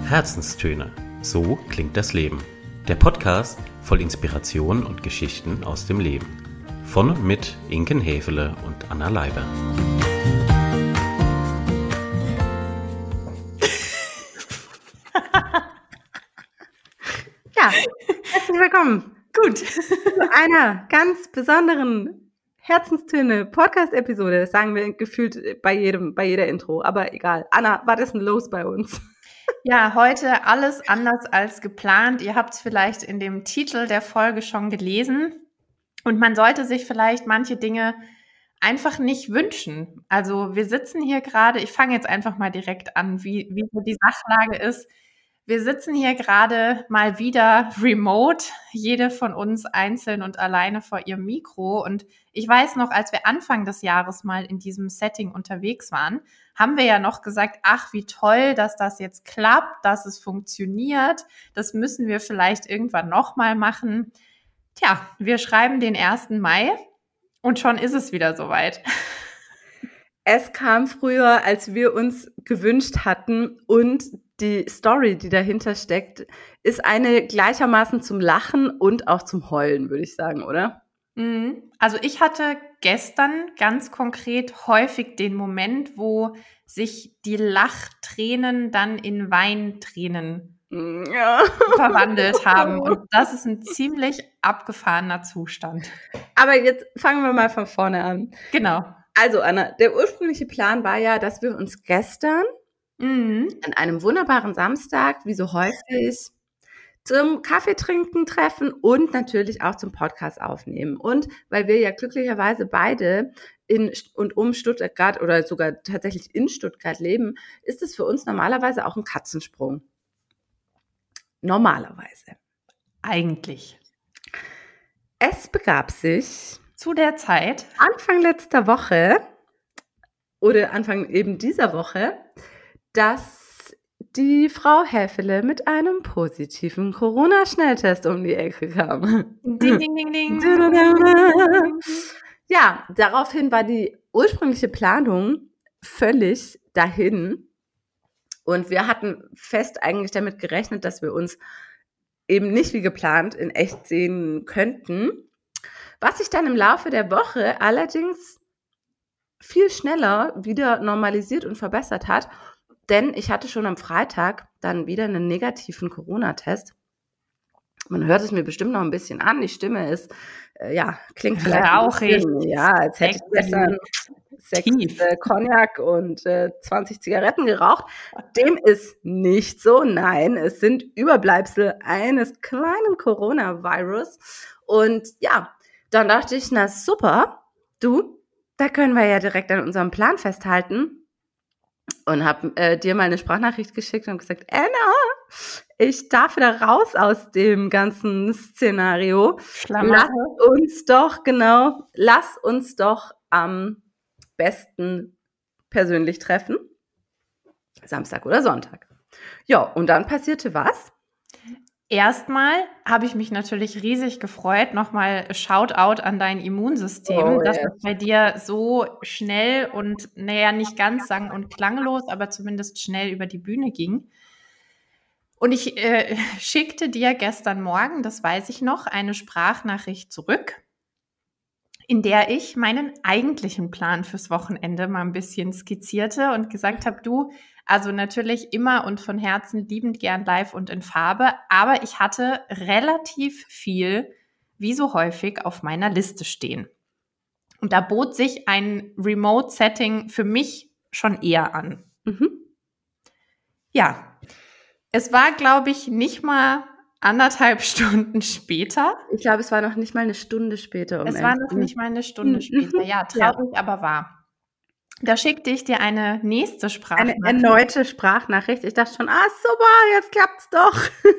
Herzenstöne. So klingt das Leben. Der Podcast voll Inspiration und Geschichten aus dem Leben. Von und mit Inken Häfele und Anna Leiber. Ja, herzlich willkommen. Gut. Zu einer ganz besonderen Herzenstöne-Podcast-Episode. Das sagen wir gefühlt bei jeder Intro. Aber egal. Anna, was ist denn los bei uns? Ja, heute alles anders als geplant. Ihr habt es vielleicht in dem Titel der Folge schon gelesen. Und man sollte sich vielleicht manche Dinge einfach nicht wünschen. Also wir sitzen hier gerade, ich fange jetzt einfach mal direkt an, wie so die Sachlage ist. Wir sitzen hier gerade mal wieder remote, jede von uns einzeln und alleine vor ihrem Mikro. Und ich weiß noch, als wir Anfang des Jahres mal in diesem Setting unterwegs waren, haben wir ja noch gesagt, ach, wie toll, dass das jetzt klappt, dass es funktioniert. Das müssen wir vielleicht irgendwann nochmal machen. Tja, wir schreiben den 1. Mai und schon ist es wieder soweit. Es kam früher, als wir uns gewünscht hatten, und die Story, die dahinter steckt, ist eine gleichermaßen zum Lachen und auch zum Heulen, würde ich sagen, oder? Also ich hatte gestern ganz konkret häufig den Moment, wo sich die Lachtränen dann in Weintränen verwandelt haben. Und das ist ein ziemlich abgefahrener Zustand. Aber jetzt fangen wir mal von vorne an. Genau. Also Anna, der ursprüngliche Plan war ja, dass wir uns gestern an einem wunderbaren Samstag, wie so häufig, zum Kaffee trinken treffen und natürlich auch zum Podcast aufnehmen. Und weil wir ja glücklicherweise beide in und um Stuttgart oder sogar tatsächlich in Stuttgart leben, ist es für uns normalerweise auch ein Katzensprung. Normalerweise. Eigentlich. Es begab sich zu der Zeit, Anfang letzter Woche oder Anfang eben dieser Woche, dass die Frau Häfele mit einem positiven Corona-Schnelltest um die Ecke kam. Ding, ding, ding, ding. Ja, daraufhin war die ursprüngliche Planung völlig dahin. Und wir hatten fest eigentlich damit gerechnet, dass wir uns eben nicht wie geplant in echt sehen könnten. Was sich dann im Laufe der Woche allerdings viel schneller wieder normalisiert und verbessert hat. Denn ich hatte schon am Freitag dann wieder einen negativen Corona-Test. Man hört es mir bestimmt noch ein bisschen an. Die Stimme ist, klingt vielleicht rauchig. Als hätte ich gestern 6 Cognac und 20 Zigaretten geraucht. Dem ist nicht so. Nein, es sind Überbleibsel eines kleinen Coronavirus. Und ja, dann dachte ich, na super, da können wir ja direkt an unserem Plan festhalten. Und habe dir mal eine Sprachnachricht geschickt und gesagt, Anna, ich darf wieder raus aus dem ganzen Szenario. Lass uns doch am besten persönlich treffen. Samstag oder Sonntag. Ja, und dann passierte was? Erstmal habe ich mich natürlich riesig gefreut. Nochmal Shoutout an dein Immunsystem, dass es bei dir so schnell und, nicht ganz sang- und klanglos, aber zumindest schnell über die Bühne ging. Und ich schickte dir gestern Morgen, das weiß ich noch, eine Sprachnachricht zurück, in der ich meinen eigentlichen Plan fürs Wochenende mal ein bisschen skizzierte und gesagt habe, also natürlich immer und von Herzen liebend gern live und in Farbe, aber ich hatte relativ viel, wie so häufig, auf meiner Liste stehen. Und da bot sich ein Remote-Setting für mich schon eher an. Ja, es war, glaube ich, nicht mal 1,5 Stunden später. Ich glaube, es war noch nicht mal eine Stunde später. Es war noch nicht mal eine Stunde später, ja, traurig, aber wahr. Da schickte ich dir eine nächste Sprachnachricht. Eine erneute Sprachnachricht. Ich dachte schon, super, jetzt klappt's doch.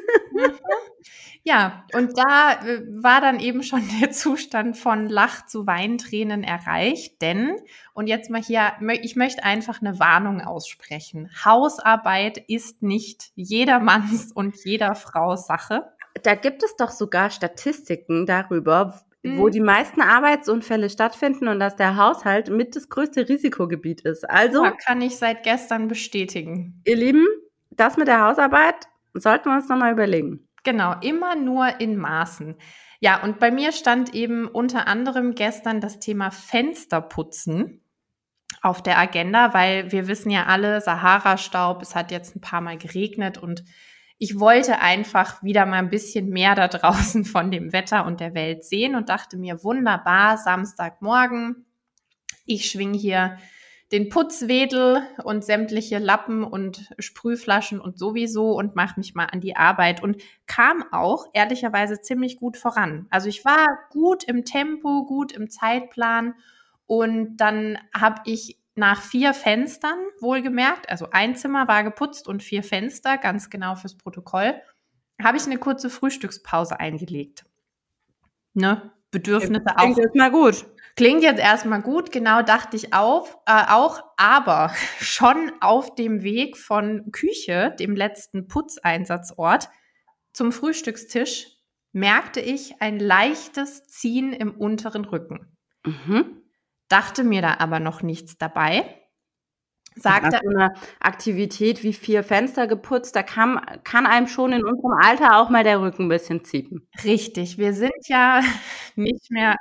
Ja, und da war dann eben schon der Zustand von Lach- zu Weintränen erreicht, denn, und jetzt mal hier, ich möchte einfach eine Warnung aussprechen. Hausarbeit ist nicht jedermanns und jeder Frau's Sache. Da gibt es doch sogar Statistiken darüber, wo die meisten Arbeitsunfälle stattfinden und dass der Haushalt mit das größte Risikogebiet ist. Also kann ich seit gestern bestätigen. Ihr Lieben, das mit der Hausarbeit sollten wir uns nochmal überlegen. Genau, immer nur in Maßen. Ja, und bei mir stand eben unter anderem gestern das Thema Fensterputzen auf der Agenda, weil wir wissen ja alle, Sahara-Staub, es hat jetzt ein paar Mal geregnet und ich wollte einfach wieder mal ein bisschen mehr da draußen von dem Wetter und der Welt sehen und dachte mir, wunderbar, Samstagmorgen, ich schwinge hier den Putzwedel und sämtliche Lappen und Sprühflaschen und sowieso und mache mich mal an die Arbeit und kam auch ehrlicherweise ziemlich gut voran. Also ich war gut im Tempo, gut im Zeitplan und dann habe ich nach 4 Fenstern, wohlgemerkt, also ein Zimmer war geputzt und 4 Fenster, ganz genau fürs Protokoll, habe ich eine kurze Frühstückspause eingelegt. Ne? Bedürfnisse auch. Klingt jetzt mal gut. Klingt jetzt erstmal gut, genau dachte ich auch, aber schon auf dem Weg von Küche, dem letzten Putzeinsatzort, zum Frühstückstisch, merkte ich ein leichtes Ziehen im unteren Rücken. Dachte mir da aber noch nichts dabei. Sagte, so eine Aktivität wie 4 Fenster geputzt, da kann einem schon in unserem Alter auch mal der Rücken ein bisschen ziepen. Richtig, wir sind ja nicht mehr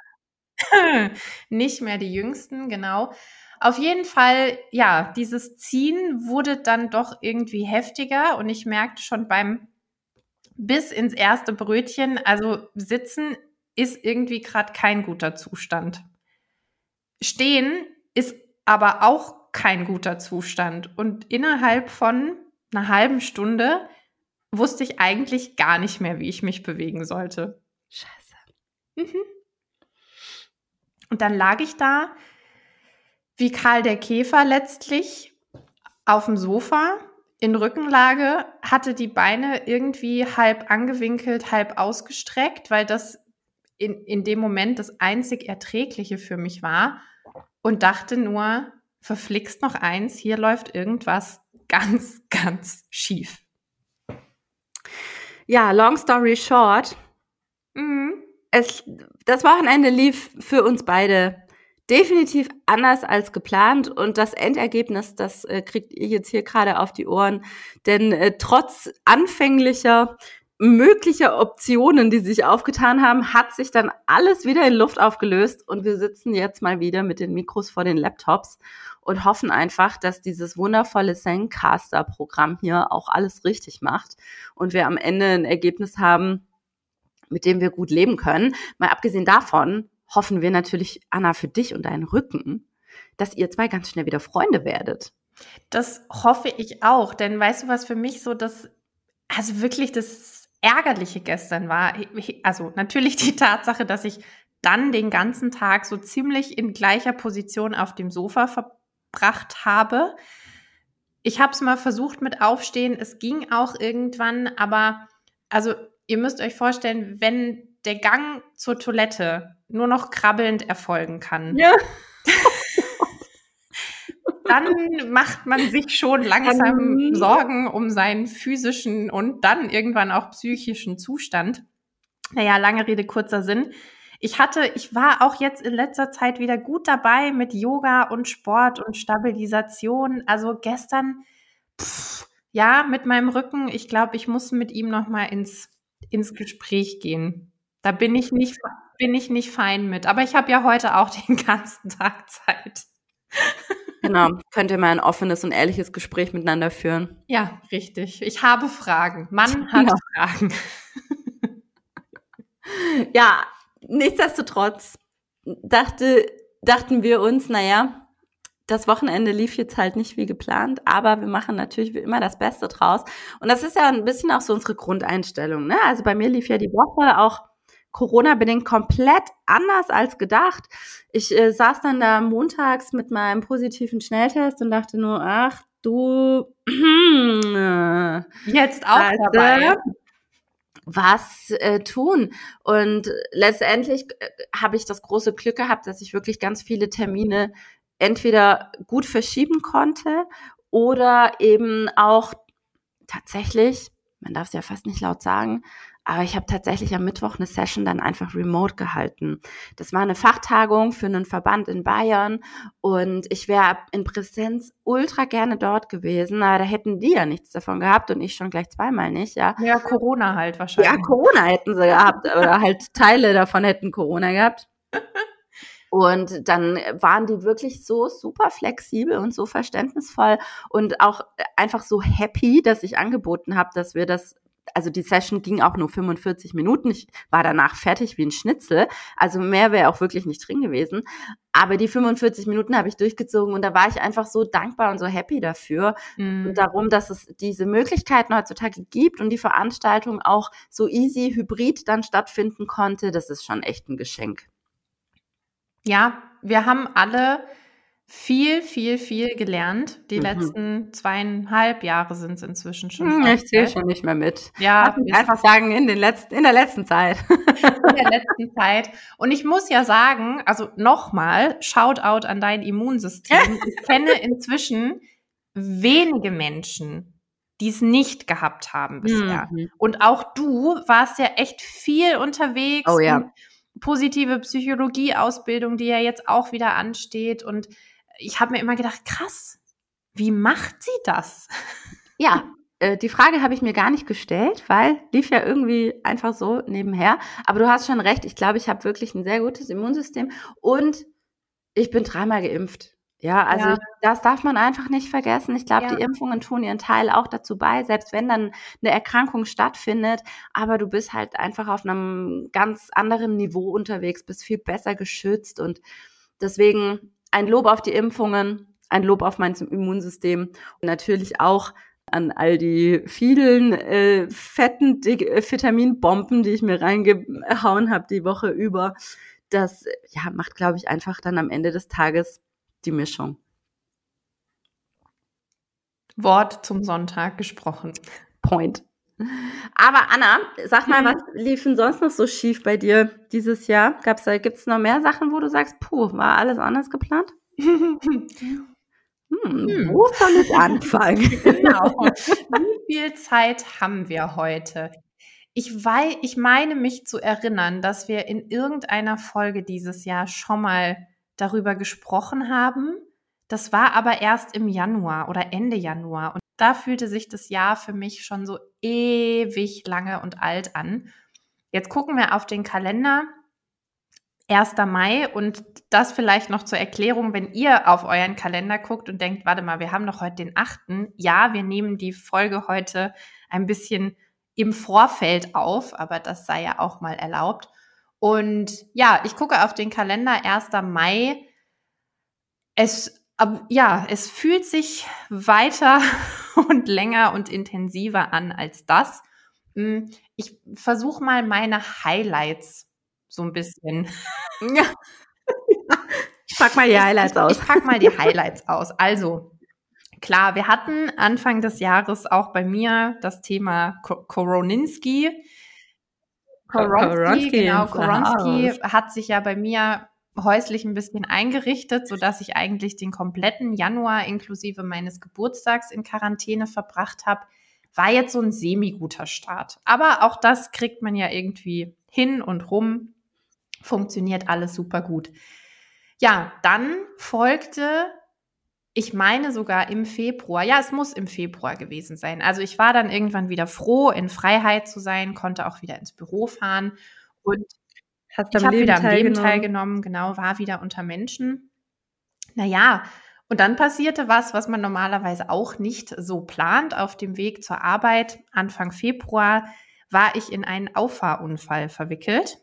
die Jüngsten, genau. Auf jeden Fall, ja, dieses Ziehen wurde dann doch irgendwie heftiger und ich merkte schon bis ins erste Brötchen, also sitzen ist irgendwie gerade kein guter Zustand. Stehen ist aber auch kein guter Zustand. Und innerhalb von einer halben Stunde wusste ich eigentlich gar nicht mehr, wie ich mich bewegen sollte. Scheiße. Und dann lag ich da, wie Karl der Käfer letztlich, auf dem Sofa, in Rückenlage, hatte die Beine irgendwie halb angewinkelt, halb ausgestreckt, weil das in dem Moment das einzig Erträgliche für mich war und dachte nur, verflixt noch eins, hier läuft irgendwas ganz, ganz schief. Ja, long story short, das Wochenende lief für uns beide definitiv anders als geplant und das Endergebnis, das kriegt ihr jetzt hier gerade auf die Ohren, denn trotz anfänglicher möglicher Optionen, die sich aufgetan haben, hat sich dann alles wieder in Luft aufgelöst und wir sitzen jetzt mal wieder mit den Mikros vor den Laptops und hoffen einfach, dass dieses wundervolle Zencastr-Programm hier auch alles richtig macht und wir am Ende ein Ergebnis haben, mit dem wir gut leben können. Mal abgesehen davon hoffen wir natürlich, Anna, für dich und deinen Rücken, dass ihr 2 ganz schnell wieder Freunde werdet. Das hoffe ich auch, denn weißt du, was für mich so das Ärgerliche gestern war, also natürlich die Tatsache, dass ich dann den ganzen Tag so ziemlich in gleicher Position auf dem Sofa verbracht habe. Ich habe es mal versucht mit Aufstehen, es ging auch irgendwann, aber also ihr müsst euch vorstellen, wenn der Gang zur Toilette nur noch krabbelnd erfolgen kann, ja, dann macht man sich schon langsam Sorgen um seinen physischen und dann irgendwann auch psychischen Zustand. Naja, lange Rede, kurzer Sinn. Ich war auch jetzt in letzter Zeit wieder gut dabei mit Yoga und Sport und Stabilisation. Also gestern, mit meinem Rücken, ich glaube, ich muss mit ihm noch mal ins Gespräch gehen. Da bin ich nicht fein mit. Aber ich habe ja heute auch den ganzen Tag Zeit. Genau, könnt ihr mal ein offenes und ehrliches Gespräch miteinander führen. Ja, richtig. Ich habe Fragen. Mann hat Fragen. Ja, nichtsdestotrotz dachten wir uns, naja, das Wochenende lief jetzt halt nicht wie geplant, aber wir machen natürlich wie immer das Beste draus. Und das ist ja ein bisschen auch so unsere Grundeinstellung, ne? Also bei mir lief ja die Woche auch Corona-bedingt komplett anders als gedacht. Ich saß dann da montags mit meinem positiven Schnelltest und dachte nur, ach du, jetzt auch dabei. Was tun? Und letztendlich habe ich das große Glück gehabt, dass ich wirklich ganz viele Termine entweder gut verschieben konnte oder eben auch tatsächlich, man darf es ja fast nicht laut sagen, Aber ich habe tatsächlich am Mittwoch eine Session dann einfach remote gehalten. Das war eine Fachtagung für einen Verband in Bayern und ich wäre in Präsenz ultra gerne dort gewesen, aber da hätten die ja nichts davon gehabt und ich schon gleich zweimal nicht, ja. Ja, Corona halt wahrscheinlich. Ja, Corona hätten sie gehabt oder halt Teile davon hätten Corona gehabt. Und dann waren die wirklich so super flexibel und so verständnisvoll und auch einfach so happy, dass ich angeboten habe, dass wir das, also die Session ging auch nur 45 Minuten. Ich war danach fertig wie ein Schnitzel. Also mehr wäre auch wirklich nicht drin gewesen. Aber die 45 Minuten habe ich durchgezogen und da war ich einfach so dankbar und so happy dafür. Und darum, dass es diese Möglichkeiten heutzutage gibt und die Veranstaltung auch so easy hybrid dann stattfinden konnte, das ist schon echt ein Geschenk. Ja, wir haben alle viel gelernt. Die letzten 2,5 Jahre sind es inzwischen schon. Ich zähle schon nicht mehr mit. Ja, lass mich einfach sagen, in der letzten Zeit. In der letzten Zeit. Und ich muss ja sagen, also nochmal, Shoutout an dein Immunsystem. Ich kenne inzwischen wenige Menschen, die es nicht gehabt haben bisher. Und auch du warst ja echt viel unterwegs. Oh ja. Positive Psychologie-Ausbildung, die ja jetzt auch wieder ansteht. Und ich habe mir immer gedacht, krass, wie macht sie das? Ja, die Frage habe ich mir gar nicht gestellt, weil lief ja irgendwie einfach so nebenher. Aber du hast schon recht, ich glaube, ich habe wirklich ein sehr gutes Immunsystem und ich bin 3-mal geimpft. Ja, also das darf man einfach nicht vergessen. Ich glaube, die Impfungen tun ihren Teil auch dazu bei, selbst wenn dann eine Erkrankung stattfindet. Aber du bist halt einfach auf einem ganz anderen Niveau unterwegs, bist viel besser geschützt. Und deswegen ein Lob auf die Impfungen, ein Lob auf mein Immunsystem und natürlich auch an all die vielen fetten Vitaminbomben, die ich mir reingehauen habe die Woche über. Das macht, glaube ich, einfach dann am Ende des Tages die Mischung. Wort zum Sonntag gesprochen. Point. Aber Anna, sag mal, was lief denn sonst noch so schief bei dir dieses Jahr? Gibt's noch mehr Sachen, wo du sagst, war alles anders geplant? Wo soll ich anfangen? Genau. Wie viel Zeit haben wir heute? Ich meine mich zu erinnern, dass wir in irgendeiner Folge dieses Jahr schon mal darüber gesprochen haben. Das war aber erst im Januar oder Ende Januar. Und da fühlte sich das Jahr für mich schon so ewig lange und alt an. Jetzt gucken wir auf den Kalender. 1. Mai und das vielleicht noch zur Erklärung, wenn ihr auf euren Kalender guckt und denkt, warte mal, wir haben doch heute den 8. Ja, wir nehmen die Folge heute ein bisschen im Vorfeld auf, aber das sei ja auch mal erlaubt. Und ja, ich gucke auf den Kalender, 1. Mai. Es fühlt sich weiter und länger und intensiver an als das. Ich versuche mal meine Highlights so ein bisschen. Ja. Ich pack mal die Highlights aus. Ich pack mal die Highlights aus. Also, klar, wir hatten Anfang des Jahres auch bei mir das Thema Koronski. Koronski hat sich ja bei mir häuslich ein bisschen eingerichtet, sodass ich eigentlich den kompletten Januar inklusive meines Geburtstags in Quarantäne verbracht habe. War jetzt so ein semi-guter Start. Aber auch das kriegt man ja irgendwie hin und rum. Funktioniert alles super gut. Ja, dann folgte, ich meine sogar im Februar, ja, es muss im Februar gewesen sein. Also ich war dann irgendwann wieder froh, in Freiheit zu sein, konnte auch wieder ins Büro fahren und ich habe wieder am Leben teilgenommen, genau, war wieder unter Menschen. Naja, und dann passierte was man normalerweise auch nicht so plant. Auf dem Weg zur Arbeit, Anfang Februar, war ich in einen Auffahrunfall verwickelt.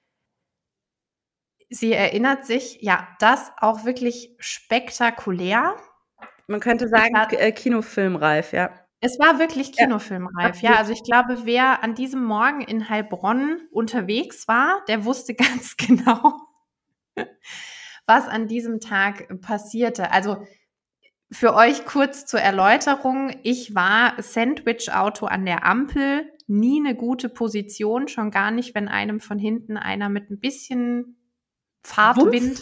Sie erinnert sich, ja, das auch wirklich spektakulär. Man könnte sagen, kinofilmreif, ja. Es war wirklich kinofilmreif, ja. Also ich glaube, wer an diesem Morgen in Heilbronn unterwegs war, der wusste ganz genau, was an diesem Tag passierte. Also für euch kurz zur Erläuterung. Ich war Sandwich-Auto an der Ampel, nie eine gute Position, schon gar nicht, wenn einem von hinten einer mit ein bisschen Fahrtwind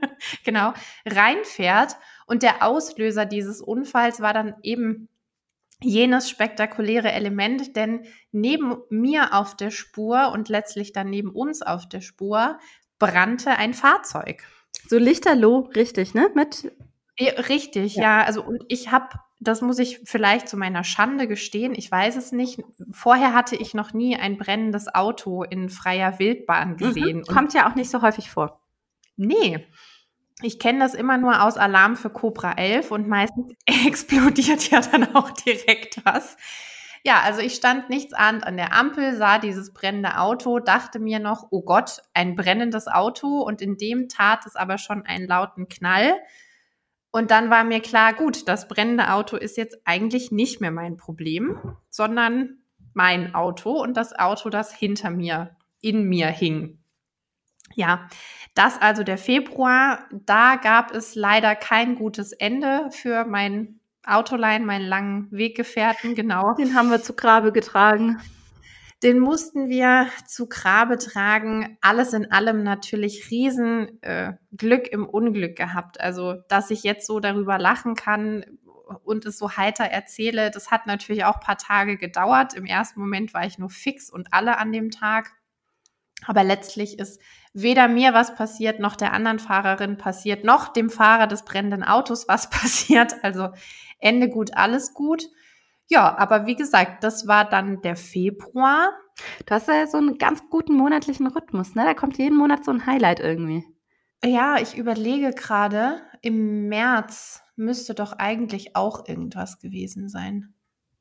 genau reinfährt. Und der Auslöser dieses Unfalls war dann eben jenes spektakuläre Element, denn neben mir auf der Spur und letztlich dann neben uns auf der Spur brannte ein Fahrzeug. So lichterloh, richtig, ne? Richtig, ja. Also und ich habe, das muss ich vielleicht zu meiner Schande gestehen, ich weiß es nicht, vorher hatte ich noch nie ein brennendes Auto in freier Wildbahn gesehen. Kommt ja auch nicht so häufig vor. Nee, ich kenne das immer nur aus Alarm für Cobra 11 und meistens explodiert ja dann auch direkt was. Ja, also ich stand nichtsahnend an der Ampel, sah dieses brennende Auto, dachte mir noch, oh Gott, ein brennendes Auto, und in dem tat es aber schon einen lauten Knall. Und dann war mir klar, gut, das brennende Auto ist jetzt eigentlich nicht mehr mein Problem, sondern mein Auto und das Auto, das hinter mir, in mir hing. Ja, das also der Februar. Da gab es leider kein gutes Ende für mein Autolein, meinen langen Weggefährten, genau. Den haben wir zu Grabe getragen. Den mussten wir zu Grabe tragen. Alles in allem natürlich riesen Glück im Unglück gehabt. Also, dass ich jetzt so darüber lachen kann und es so heiter erzähle, das hat natürlich auch ein paar Tage gedauert. Im ersten Moment war ich nur fix und alle an dem Tag. Aber letztlich ist weder mir was passiert, noch der anderen Fahrerin passiert, noch dem Fahrer des brennenden Autos was passiert. Also Ende gut, alles gut. Ja, aber wie gesagt, das war dann der Februar. Du hast ja so einen ganz guten monatlichen Rhythmus, ne? Da kommt jeden Monat so ein Highlight irgendwie. Ja, ich überlege gerade, im März müsste doch eigentlich auch irgendwas gewesen sein.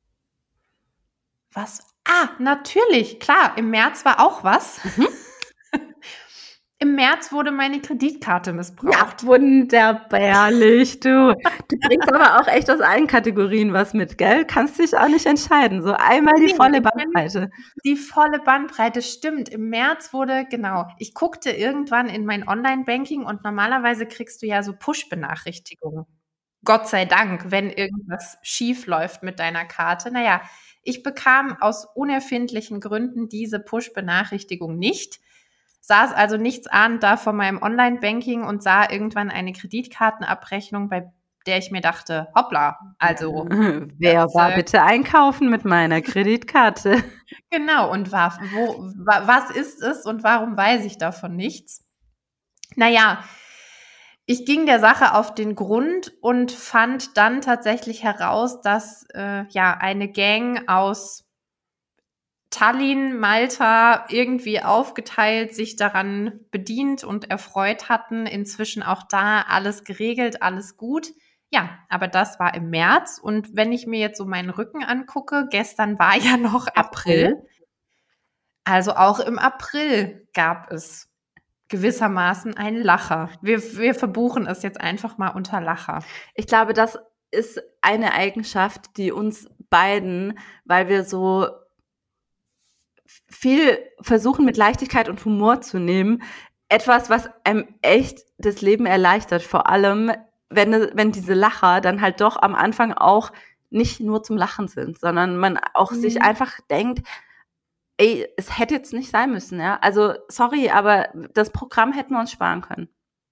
Was? Ah, natürlich, klar, im März war auch was. Im März wurde meine Kreditkarte missbraucht. Ja, wunderbarlich, du. Du bringst aber auch echt aus allen Kategorien was mit, gell? Kannst dich auch nicht entscheiden. So einmal die volle Bandbreite. Die volle Bandbreite, stimmt. Im März wurde, genau, ich guckte irgendwann in mein Online-Banking und normalerweise kriegst du ja so Push-Benachrichtigungen. Gott sei Dank, wenn irgendwas schief läuft mit deiner Karte. Naja, ich bekam aus unerfindlichen Gründen diese Push-Benachrichtigung nicht. Saß also nichtsahnend da vor meinem Online-Banking und sah irgendwann eine Kreditkartenabrechnung, bei der ich mir dachte, hoppla, also. Wer war bitte einkaufen mit meiner Kreditkarte? Genau, und was ist es und warum weiß ich davon nichts? Naja, ich ging der Sache auf den Grund und fand dann tatsächlich heraus, dass eine Gang aus Tallinn, Malta irgendwie aufgeteilt, sich daran bedient und erfreut hatten. Inzwischen auch da alles geregelt, alles gut. Ja, aber das war im März. Und wenn ich mir jetzt so meinen Rücken angucke, gestern war ja noch April. Also auch im April gab es gewissermaßen einen Lacher. Wir verbuchen es jetzt einfach mal unter Lacher. Ich glaube, das ist eine Eigenschaft, die uns beiden, weil wir so viel versuchen, mit Leichtigkeit und Humor zu nehmen, etwas, was einem echt das Leben erleichtert. Vor allem, wenn diese Lacher dann halt doch am Anfang auch nicht nur zum Lachen sind, sondern man auch sich einfach denkt, ey, es hätte jetzt nicht sein müssen, ja. Also, sorry, aber das Programm hätten wir uns sparen können.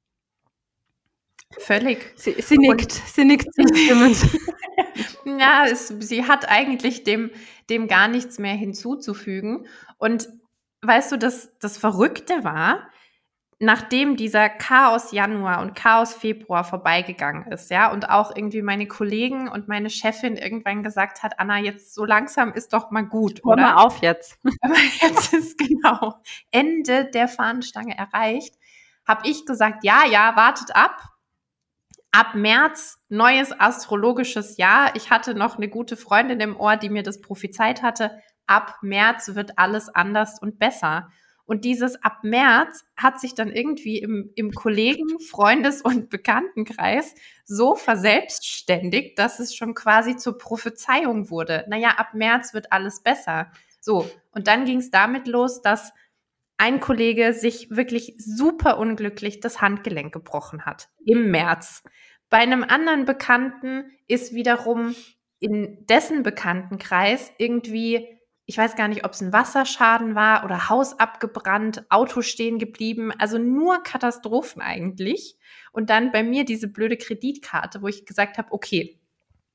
Völlig. Sie nickt zustimmend. Ja, sie hat eigentlich dem gar nichts mehr hinzuzufügen. Und weißt du, das Verrückte war, nachdem dieser Chaos Januar und Chaos Februar vorbeigegangen ist, ja, und auch irgendwie meine Kollegen und meine Chefin irgendwann gesagt hat, Anna, jetzt so langsam ist doch mal gut, Hör oder? mal auf jetzt. Aber jetzt ist genau Ende der Fahnenstange erreicht. Habe ich gesagt, ja, wartet ab. Ab März, neues astrologisches Jahr. Ich hatte noch eine gute Freundin im Ohr, die mir das prophezeit hatte. Ab März wird alles anders und besser. Und dieses ab März hat sich dann irgendwie im Kollegen-, Freundes- und Bekanntenkreis so verselbstständigt, dass es schon quasi zur Prophezeiung wurde. Naja, ab März wird alles besser. So, und dann ging es damit los, dass ein Kollege sich wirklich super unglücklich das Handgelenk gebrochen hat im März. Bei einem anderen Bekannten ist wiederum in dessen Bekanntenkreis irgendwie, ich weiß gar nicht, ob es ein Wasserschaden war oder Haus abgebrannt, Auto stehen geblieben, also nur Katastrophen eigentlich. Und dann bei mir diese blöde Kreditkarte, wo ich gesagt habe, okay,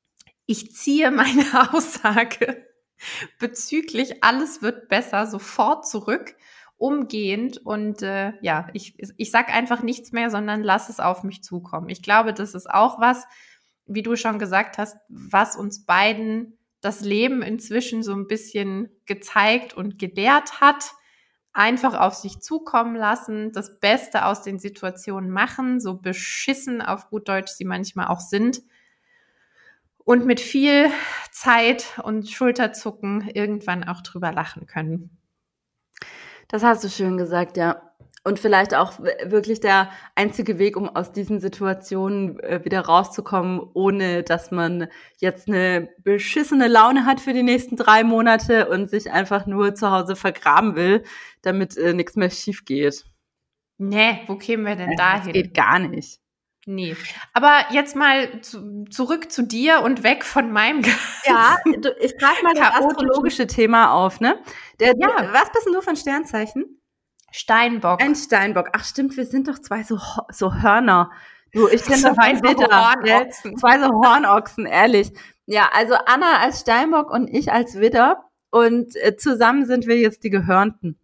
Ich ziehe meine Aussage bezüglich alles wird besser sofort zurück, umgehend. Und ich sage einfach nichts mehr, sondern lass es auf mich zukommen. Ich glaube, das ist auch was, wie du schon gesagt hast, was uns beiden das Leben inzwischen so ein bisschen gezeigt und gelehrt hat. Einfach auf sich zukommen lassen, das Beste aus den Situationen machen, so beschissen auf gut Deutsch sie manchmal auch sind. Und mit viel Zeit und Schulterzucken irgendwann auch drüber lachen können. Das hast du schön gesagt, ja. Und vielleicht auch wirklich der einzige Weg, um aus diesen Situationen wieder rauszukommen, ohne dass man jetzt eine beschissene Laune hat für die nächsten 3 Monate und sich einfach nur zu Hause vergraben will, damit nichts mehr schief geht. Nee, wo kämen wir denn dahin? Das geht gar nicht. Nee. Aber jetzt mal zurück zu dir und weg von meinem Ja, ich greife mal das astrologische Thema auf, ne? Was bist denn du für ein Sternzeichen? Steinbock. Ein Steinbock. Ach stimmt, wir sind doch zwei so Hörner. Du, ich bin doch ein Widder. 2 so Hornochsen, ehrlich. Ja, also Anna als Steinbock und ich als Widder. Und zusammen sind wir jetzt die Gehörnten.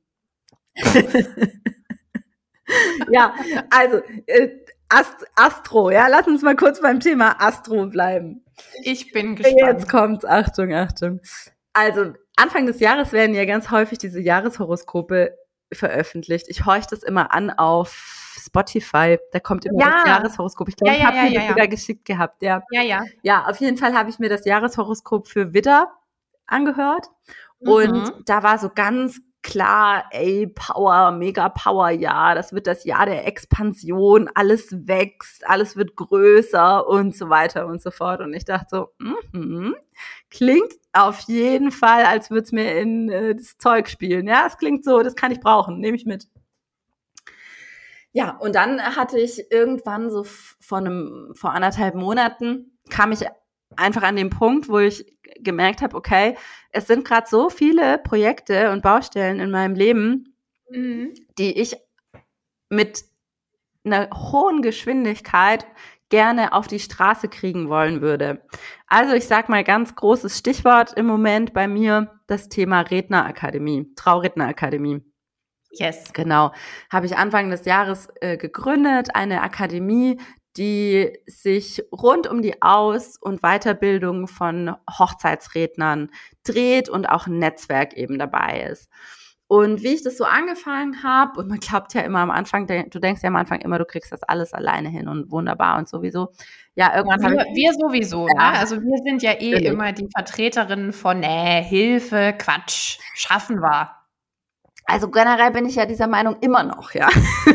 Ja, also Astro, ja, lass uns mal kurz beim Thema Astro bleiben. Ich bin gespannt. Jetzt kommt's, Achtung. Also Anfang des Jahres werden ja ganz häufig diese Jahreshoroskope veröffentlicht. Ich horche das immer an auf Spotify. Da kommt immer das Jahreshoroskop. Ich glaube, ich habe mir das sogar geschickt gehabt. Ja, auf jeden Fall habe ich mir das Jahreshoroskop für Widder angehört. Und da war so ganz klar, Power, mega Power, ja, das wird das Jahr der Expansion, alles wächst, alles wird größer und so weiter und so fort. Und ich dachte so, klingt auf jeden Fall, als würde es mir in das Zeug spielen. Ja, es klingt so, das kann ich brauchen, nehme ich mit. Ja, und dann hatte ich irgendwann so vor 1,5 Monaten, kam ich einfach an den Punkt, wo ich gemerkt habe, okay, es sind gerade so viele Projekte und Baustellen in meinem Leben, die ich mit einer hohen Geschwindigkeit gerne auf die Straße kriegen wollen würde. Also ich sag mal ganz großes Stichwort im Moment bei mir, das Thema Rednerakademie, Traurednerakademie. Yes. Genau, habe ich Anfang des Jahres gegründet, eine Akademie, die sich rund um die Aus- und Weiterbildung von Hochzeitsrednern dreht und auch ein Netzwerk eben dabei ist. Und wie ich das so angefangen habe, und man glaubt ja immer am Anfang, du denkst ja am Anfang immer, du kriegst das alles alleine hin und wunderbar und sowieso. Ja, irgendwann wir sowieso, ne? Also wir sind ja immer die Vertreterinnen von, Hilfe, Quatsch, schaffen wir. Also generell bin ich ja dieser Meinung immer noch, ja.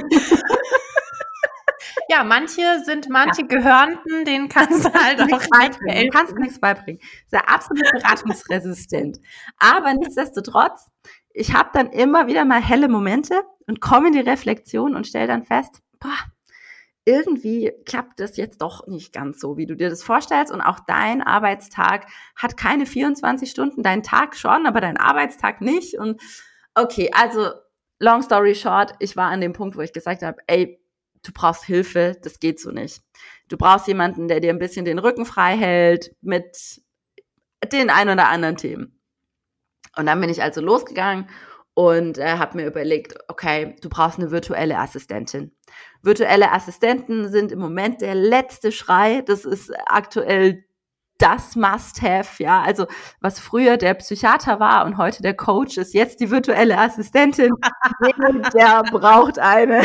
Ja, manche Gehörnten, denen kannst du halt auch nicht beibringen. Du kannst nichts beibringen. Ist ja absolut beratungsresistent. Aber nichtsdestotrotz, ich habe dann immer wieder mal helle Momente und komme in die Reflexion und stelle dann fest, irgendwie klappt das jetzt doch nicht ganz so, wie du dir das vorstellst. Und auch dein Arbeitstag hat keine 24 Stunden, dein Tag schon, aber dein Arbeitstag nicht. Und okay, also long story short, ich war an dem Punkt, wo ich gesagt habe, du brauchst Hilfe, das geht so nicht. Du brauchst jemanden, der dir ein bisschen den Rücken frei hält mit den ein oder anderen Themen. Und dann bin ich also losgegangen und habe mir überlegt, okay, du brauchst eine virtuelle Assistentin. Virtuelle Assistenten sind im Moment der letzte Schrei. Das ist aktuell das Must-Have, ja. Also was früher der Psychiater war und heute der Coach ist jetzt die virtuelle Assistentin. Der braucht eine.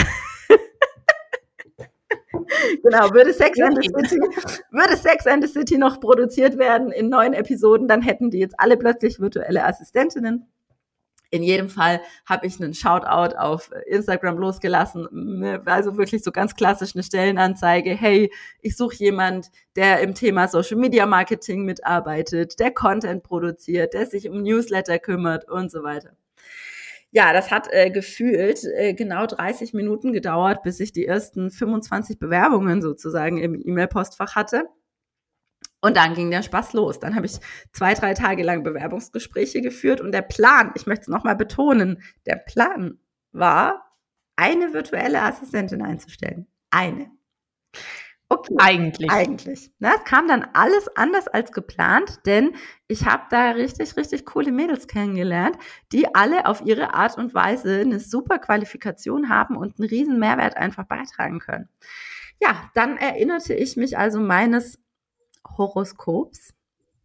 Genau, würde Sex and the City noch produziert werden in 9 Episoden, dann hätten die jetzt alle plötzlich virtuelle Assistentinnen. In jedem Fall habe ich einen Shoutout auf Instagram losgelassen, also wirklich so ganz klassisch eine Stellenanzeige. Hey, ich suche jemand, der im Thema Social Media Marketing mitarbeitet, der Content produziert, der sich um Newsletter kümmert und so weiter. Ja, das hat gefühlt genau 30 Minuten gedauert, bis ich die ersten 25 Bewerbungen sozusagen im E-Mail-Postfach hatte. Und dann ging der Spaß los. Dann habe ich 2-3 Tage lang Bewerbungsgespräche geführt und der Plan, ich möchte es nochmal betonen, der Plan war, eine virtuelle Assistentin einzustellen. Eine. Okay. Eigentlich. Na, es kam dann alles anders als geplant, denn ich habe da richtig, richtig coole Mädels kennengelernt, die alle auf ihre Art und Weise eine super Qualifikation haben und einen riesen Mehrwert einfach beitragen können. Ja, dann erinnerte ich mich also meines Horoskops,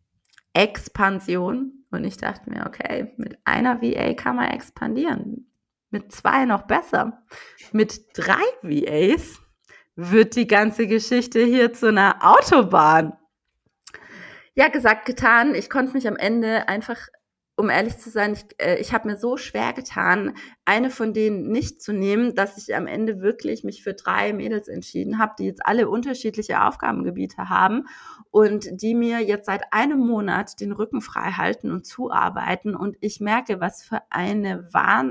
Expansion, und ich dachte mir, okay, mit einer VA kann man expandieren, mit 2 noch besser, mit 3 VAs wird die ganze Geschichte hier zu einer Autobahn. Ja, gesagt, getan. Ich konnte mich am Ende einfach, um ehrlich zu sein, ich habe mir so schwer getan, eine von denen nicht zu nehmen, dass ich am Ende wirklich mich für 3 Mädels entschieden habe, die jetzt alle unterschiedliche Aufgabengebiete haben und die mir jetzt seit einem Monat den Rücken frei halten und zuarbeiten. Und ich merke, was für eine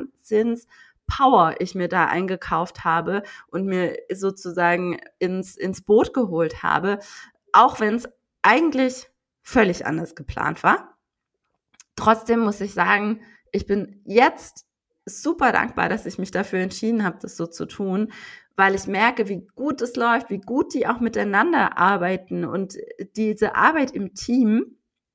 Power ich mir da eingekauft habe und mir sozusagen ins Boot geholt habe, auch wenn es eigentlich völlig anders geplant war. Trotzdem muss ich sagen, ich bin jetzt super dankbar, dass ich mich dafür entschieden habe, das so zu tun, weil ich merke, wie gut es läuft, wie gut die auch miteinander arbeiten, und diese Arbeit im Team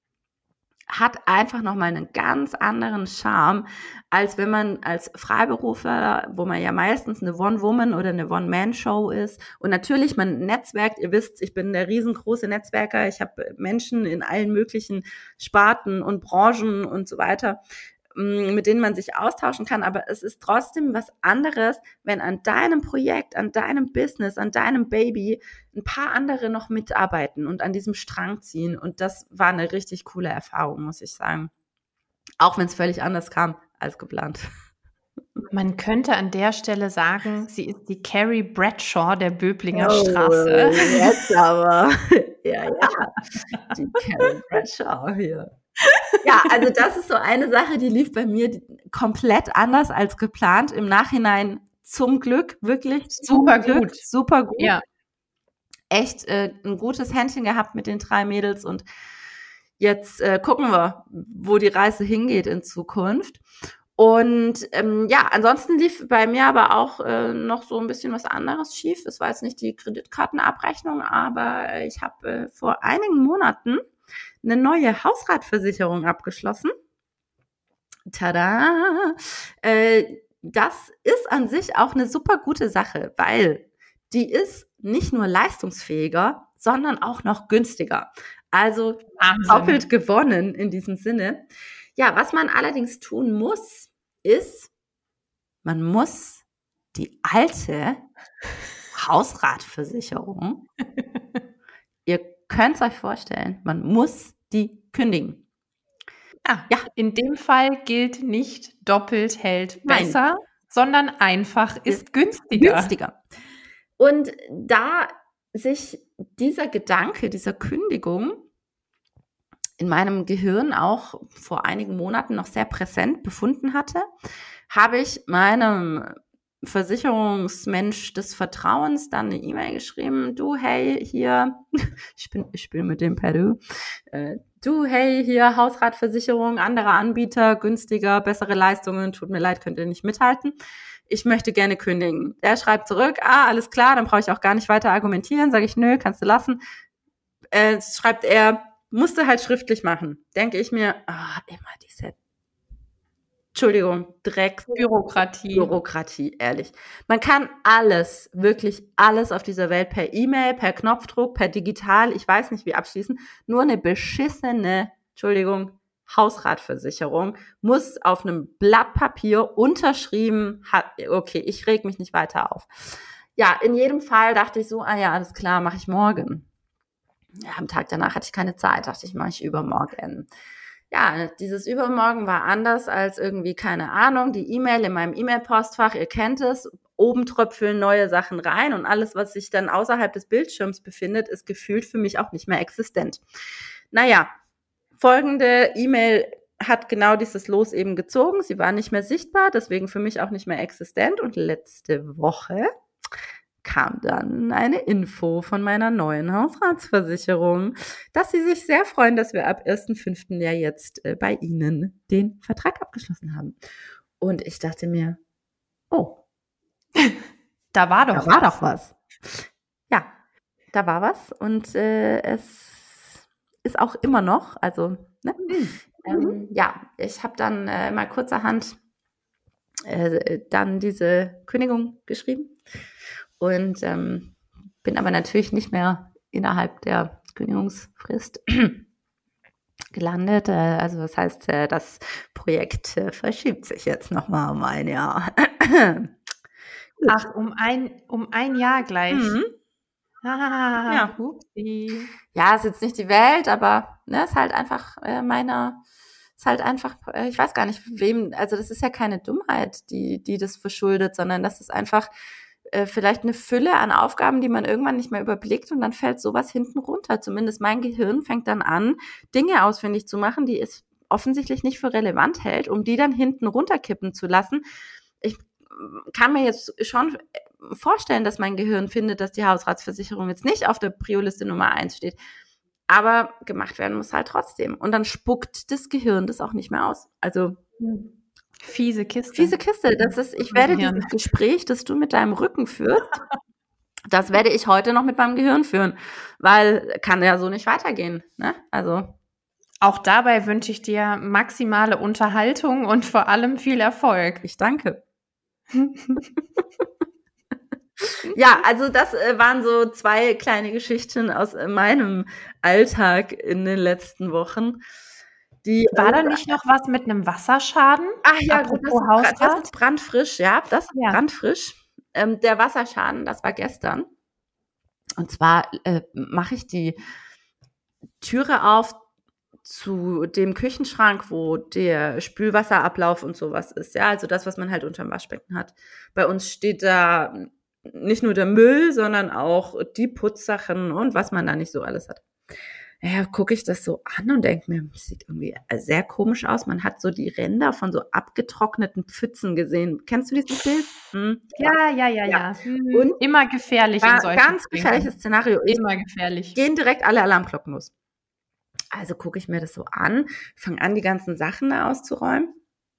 hat einfach nochmal einen ganz anderen Charme, als wenn man als Freiberufler, wo man ja meistens eine One-Woman- oder eine One-Man-Show ist, und natürlich, man netzwerkt, ihr wisst, ich bin der riesengroße Netzwerker, ich habe Menschen in allen möglichen Sparten und Branchen und so weiter, mit denen man sich austauschen kann, aber es ist trotzdem was anderes, wenn an deinem Projekt, an deinem Business, an deinem Baby ein paar andere noch mitarbeiten und an diesem Strang ziehen, und das war eine richtig coole Erfahrung, muss ich sagen. Auch wenn es völlig anders kam als geplant. Man könnte an der Stelle sagen, sie ist die Carrie Bradshaw der Böblinger Straße. Jetzt aber. Ja, die Carrie Bradshaw hier. Ja, also das ist so eine Sache, die lief bei mir komplett anders als geplant. Im Nachhinein zum Glück, wirklich super gut. Ja. Echt ein gutes Händchen gehabt mit den 3 Mädels, und jetzt gucken wir, wo die Reise hingeht in Zukunft. Und ja, ansonsten lief bei mir aber auch noch so ein bisschen was anderes schief. Es war jetzt nicht die Kreditkartenabrechnung, aber ich habe vor einigen Monaten eine neue Hausratversicherung abgeschlossen. Tada! Das ist an sich auch eine super gute Sache, weil die ist nicht nur leistungsfähiger, sondern auch noch günstiger. Also doppelt gewonnen in diesem Sinne. Ja, was man allerdings tun muss, ist, man muss die alte Hausratversicherung, ihr könnt es euch vorstellen, man muss die kündigen. Ja, in dem Fall gilt nicht doppelt hält besser, sondern einfach ist günstiger. Und da sich dieser Gedanke, dieser Kündigung in meinem Gehirn auch vor einigen Monaten noch sehr präsent befunden hatte, habe ich meinem Versicherungsmensch des Vertrauens dann eine E-Mail geschrieben: Du, hey, hier, ich bin mit dem per Du, du, hey, hier, Hausratversicherung, andere Anbieter, günstiger, bessere Leistungen, tut mir leid, könnt ihr nicht mithalten. Ich möchte gerne kündigen. Er schreibt zurück: alles klar, dann brauche ich auch gar nicht weiter argumentieren. Sage ich: nö, kannst du lassen. Schreibt er: musste halt schriftlich machen. Denke ich mir, immer diese, Entschuldigung, Bürokratie, ehrlich. Man kann alles, wirklich alles auf dieser Welt per E-Mail, per Knopfdruck, per digital, ich weiß nicht wie, abschließen. Nur eine beschissene, Entschuldigung, Hausratversicherung muss auf einem Blatt Papier unterschrieben, okay, ich reg mich nicht weiter auf. Ja, in jedem Fall dachte ich so, ja, alles klar, mache ich morgen. Ja, am Tag danach hatte ich keine Zeit, dachte ich, mache ich übermorgen. Ja, dieses Übermorgen war anders als irgendwie, keine Ahnung, die E-Mail in meinem E-Mail-Postfach, ihr kennt es, oben tröpfeln neue Sachen rein, und alles, was sich dann außerhalb des Bildschirms befindet, ist gefühlt für mich auch nicht mehr existent. Naja, folgende E-Mail hat genau dieses Los eben gezogen. Sie war nicht mehr sichtbar, deswegen für mich auch nicht mehr existent, und letzte Woche kam dann eine Info von meiner neuen Hausratsversicherung, dass sie sich sehr freuen, dass wir ab 1.5. ja jetzt bei ihnen den Vertrag abgeschlossen haben. Und ich dachte mir, oh, da war doch was. Ja, da war was und es ist auch immer noch, also, ne? Ja, ich habe dann mal kurzerhand dann diese Kündigung geschrieben und bin aber natürlich nicht mehr innerhalb der Kündigungsfrist gelandet. Also das heißt, das Projekt verschiebt sich jetzt nochmal um ein Jahr. Ach, um ein Jahr gleich. Ja. Upsi. Ja, ist jetzt nicht die Welt, aber ne, ist halt einfach ich weiß gar nicht, wem, also das ist ja keine Dummheit, die das verschuldet, sondern das ist einfach vielleicht eine Fülle an Aufgaben, die man irgendwann nicht mehr überblickt und dann fällt sowas hinten runter. Zumindest mein Gehirn fängt dann an, Dinge ausfindig zu machen, die es offensichtlich nicht für relevant hält, um die dann hinten runterkippen zu lassen. Ich kann mir jetzt schon vorstellen, dass mein Gehirn findet, dass die Hausratsversicherung jetzt nicht auf der Prio-Liste Nummer 1 steht. Aber gemacht werden muss halt trotzdem. Und dann spuckt das Gehirn das auch nicht mehr aus. Also fiese Kiste. Fiese Kiste. Ich werde dieses Gespräch, das du mit deinem Rücken führst, das werde ich heute noch mit meinem Gehirn führen. Weil kann ja so nicht weitergehen. Ne? Also auch dabei wünsche ich dir maximale Unterhaltung und vor allem viel Erfolg. Ich danke. Ja, also das waren so 2 kleine Geschichten aus meinem Alltag in den letzten Wochen. War da nicht noch was mit einem Wasserschaden? Ach ja, apropos Hausrat? Das ist brandfrisch, ja. Das ist brandfrisch. Der Wasserschaden, das war gestern. Und zwar mache ich die Türe auf zu dem Küchenschrank, wo der Spülwasserablauf und sowas ist. Ja, also das, was man halt unterm Waschbecken hat. Bei uns steht da nicht nur der Müll, sondern auch die Putzsachen und was man da nicht so alles hat. Ja, gucke ich das so an und denke mir, das sieht irgendwie sehr komisch aus. Man hat so die Ränder von so abgetrockneten Pfützen gesehen. Kennst du dieses Bild? Ja. Und immer gefährlich in solchen ganz gefährliches Szenario. Immer gefährlich. Gehen direkt alle Alarmglocken los. Also gucke ich mir das so an, fange an, die ganzen Sachen da auszuräumen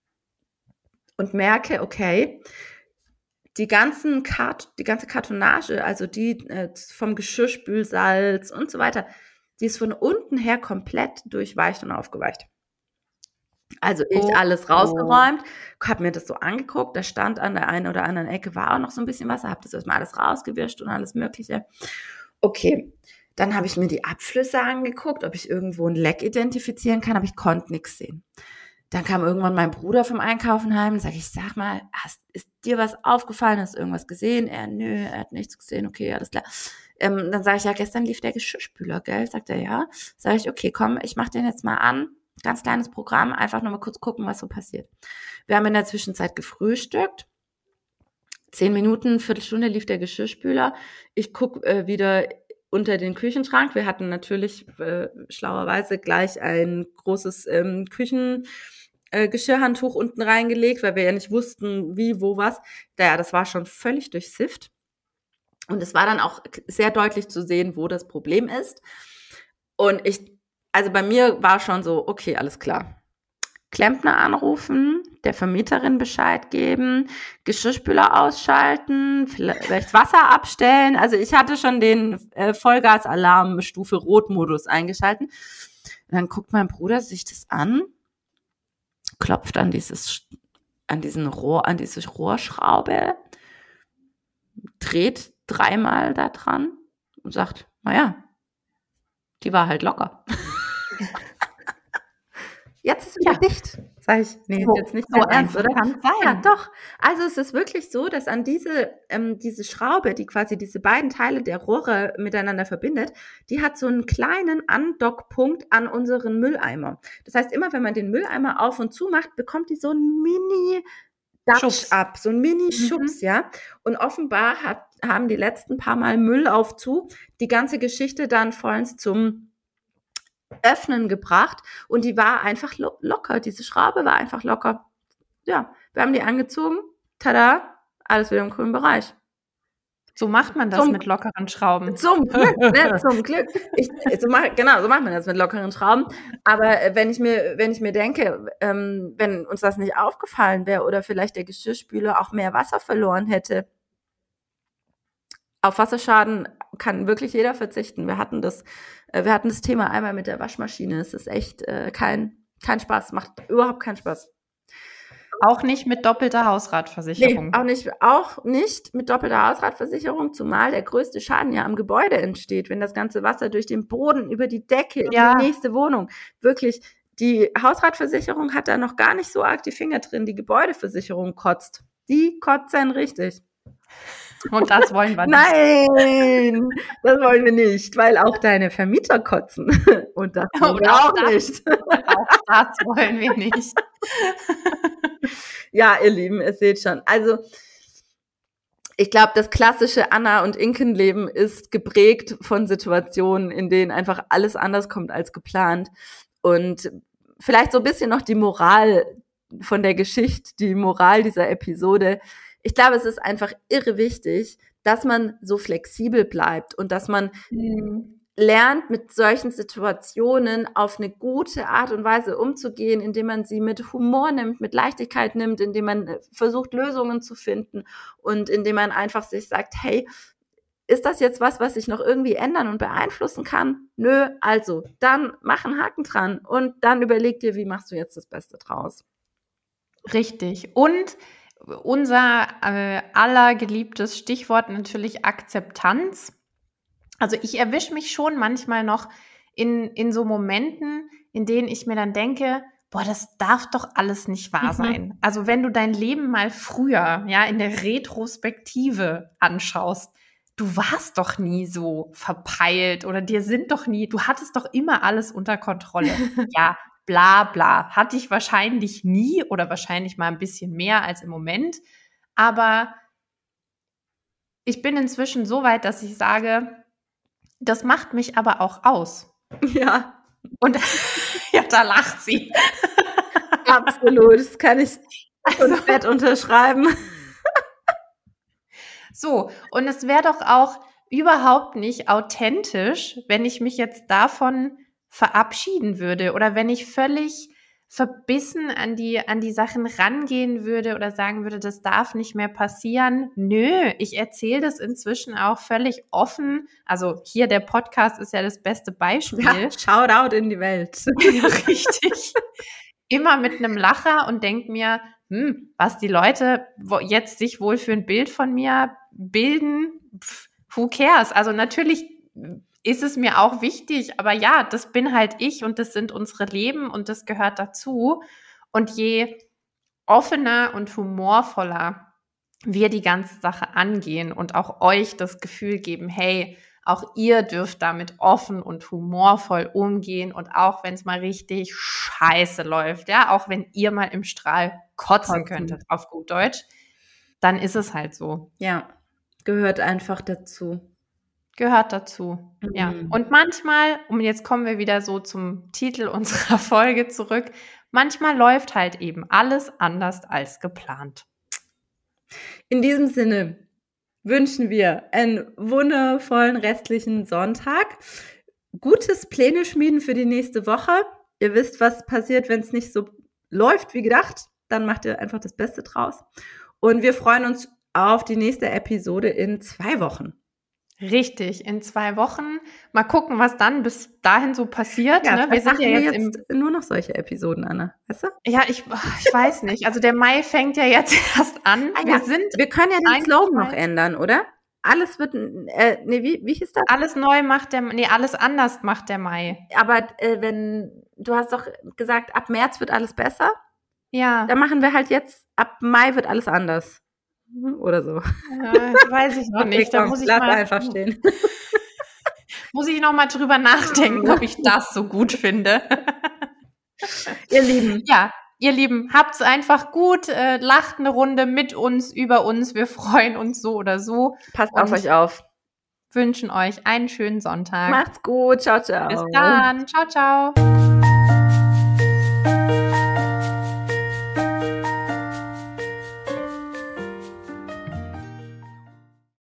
und merke, okay, die ganze Kartonage, also die vom Geschirrspülsalz und so weiter, die ist von unten her komplett durchweicht und aufgeweicht. Also alles rausgeräumt, habe mir das so angeguckt, da stand an der einen oder anderen Ecke, war auch noch so ein bisschen Wasser, habe das erstmal alles rausgewischt und alles Mögliche. Okay, dann habe ich mir die Abflüsse angeguckt, ob ich irgendwo ein Leck identifizieren kann, aber ich konnte nichts sehen. Dann kam irgendwann mein Bruder vom Einkaufen heim und sag mal, ist dir was aufgefallen? Hast du irgendwas gesehen? Nö, er hat nichts gesehen. Okay, alles klar. Dann sage ich, ja, gestern lief der Geschirrspüler, gell? Sagt er, ja. Sage ich, okay, komm, ich mache den jetzt mal an. Ganz kleines Programm, einfach nur mal kurz gucken, was so passiert. Wir haben in der Zwischenzeit gefrühstückt. 10 Minuten, Viertelstunde lief der Geschirrspüler. Ich gucke wieder unter den Küchenschrank. Wir hatten natürlich schlauerweise gleich ein großes Küchengeschirrhandtuch unten reingelegt, weil wir ja nicht wussten, wie, wo, was. Ja, das war schon völlig durchsifft. Und es war dann auch sehr deutlich zu sehen, wo das Problem ist. Und also bei mir war schon so, okay, alles klar. Klempner anrufen, der Vermieterin Bescheid geben, Geschirrspüler ausschalten, vielleicht Wasser abstellen. Also ich hatte schon den Vollgasalarm Stufe Rot-Modus eingeschalten. Und dann guckt mein Bruder sich das an, klopft an diese Rohrschraube, dreht 3-mal da dran und sagt, naja, die war halt locker. Jetzt ist wieder dicht. Sag ich, nee, jetzt nicht so ernst, oder? Kann sein. Ja, doch. Also es ist wirklich so, dass an diese Schraube, die quasi diese beiden Teile der Rohre miteinander verbindet, die hat so einen kleinen Andockpunkt an unseren Mülleimer. Das heißt, immer wenn man den Mülleimer auf und zu macht, bekommt die so einen Mini-Datsch ab, so einen Mini-Schubs, ja. Und offenbar haben die letzten paar Mal Müll auf zu die ganze Geschichte dann vollends zum Öffnen gebracht und die war einfach locker. Diese Schraube war einfach locker. Ja, wir haben die angezogen. Tada, alles wieder im grünen Bereich. So macht man das mit lockeren Schrauben. Zum Glück, ne, zum Glück. So macht man das mit lockeren Schrauben. Aber wenn ich mir denke, wenn uns das nicht aufgefallen wäre oder vielleicht der Geschirrspüler auch mehr Wasser verloren hätte, auf Wasserschaden kann wirklich jeder verzichten. Wir hatten das Thema einmal mit der Waschmaschine. Es ist echt kein Spaß, macht überhaupt keinen Spaß. Auch nicht mit doppelter Hausratversicherung. Nee, auch nicht mit doppelter Hausratversicherung, zumal der größte Schaden ja am Gebäude entsteht, wenn das ganze Wasser durch den Boden, über die Decke, in die nächste Wohnung. Wirklich, die Hausratversicherung hat da noch gar nicht so arg die Finger drin. Die Gebäudeversicherung kotzt. Die kotzen richtig. Und das wollen wir nicht. Nein, das wollen wir nicht, weil auch deine Vermieter kotzen. Und das wollen wir auch nicht. Auch das wollen wir nicht. Ja, ihr Lieben, ihr seht schon. Also, ich glaube, das klassische Anna- und Inken-Leben ist geprägt von Situationen, in denen einfach alles anders kommt als geplant. Und vielleicht so ein bisschen noch die Moral von der Geschichte, die Moral dieser Episode. Ich glaube, es ist einfach irre wichtig, dass man so flexibel bleibt und dass man lernt, mit solchen Situationen auf eine gute Art und Weise umzugehen, indem man sie mit Humor nimmt, mit Leichtigkeit nimmt, indem man versucht, Lösungen zu finden und indem man einfach sich sagt, hey, ist das jetzt was ich noch irgendwie ändern und beeinflussen kann? Nö, also, dann mach einen Haken dran und dann überleg dir, wie machst du jetzt das Beste draus. Richtig. Und unser aller geliebtes Stichwort natürlich Akzeptanz. Also ich erwische mich schon manchmal noch in so Momenten, in denen ich mir dann denke, boah, das darf doch alles nicht wahr sein. Also wenn du dein Leben mal früher, ja, in der Retrospektive anschaust, du warst doch nie so verpeilt oder du hattest doch immer alles unter Kontrolle. Ja, bla bla. Hatte ich wahrscheinlich nie oder wahrscheinlich mal ein bisschen mehr als im Moment. Aber ich bin inzwischen so weit, dass ich sage, das macht mich aber auch aus. Ja. Und ja, da lacht sie. Absolut, das kann ich komplett unterschreiben. So, und es wäre doch auch überhaupt nicht authentisch, wenn ich mich jetzt davon verabschieden würde oder wenn ich völlig verbissen an die Sachen rangehen würde oder sagen würde, das darf nicht mehr passieren. Nö, ich erzähle das inzwischen auch völlig offen. Also hier der Podcast ist ja das beste Beispiel. Ja, Shoutout in die Welt. Ja, richtig. Immer mit einem Lacher und denk mir, was die Leute jetzt sich wohl für ein Bild von mir bilden, who cares? Also natürlich ist es mir auch wichtig, aber ja, das bin halt ich und das sind unsere Leben und das gehört dazu. Und je offener und humorvoller wir die ganze Sache angehen und auch euch das Gefühl geben, hey, auch ihr dürft damit offen und humorvoll umgehen und auch wenn es mal richtig scheiße läuft, ja, auch wenn ihr mal im Strahl kotzen könntet, auf gut Deutsch, dann ist es halt so. Ja, gehört einfach dazu. Gehört dazu, ja. Und manchmal, und jetzt kommen wir wieder so zum Titel unserer Folge zurück, manchmal läuft halt eben alles anders als geplant. In diesem Sinne wünschen wir einen wundervollen restlichen Sonntag. Gutes Pläne schmieden für die nächste Woche. Ihr wisst, was passiert, wenn es nicht so läuft wie gedacht. Dann macht ihr einfach das Beste draus. Und wir freuen uns auf die nächste Episode in 2 Wochen. Richtig, in 2 Wochen. Mal gucken, was dann bis dahin so passiert. Ja, ne? Wir sind ja jetzt nur noch solche Episoden, Anna. Weißt du? Ja, ich weiß nicht. Also der Mai fängt ja jetzt erst an. Wir können ja den Slogan noch ändern, oder? Alles wird, wie hieß das? Alles anders macht der Mai. Aber du hast doch gesagt, ab März wird alles besser. Ja. Dann machen wir halt jetzt, ab Mai wird alles anders. Oder so. Ja, weiß ich noch nicht. Da muss ich einfach stehen. Muss ich noch mal drüber nachdenken, ob ich das so gut finde. Ihr Lieben. Ja, ihr Lieben, habt's einfach gut. Lacht eine Runde mit uns, über uns. Wir freuen uns so oder so. Passt auf euch auf. Wünschen euch einen schönen Sonntag. Macht's gut. Ciao, ciao. Bis dann. Ciao, ciao.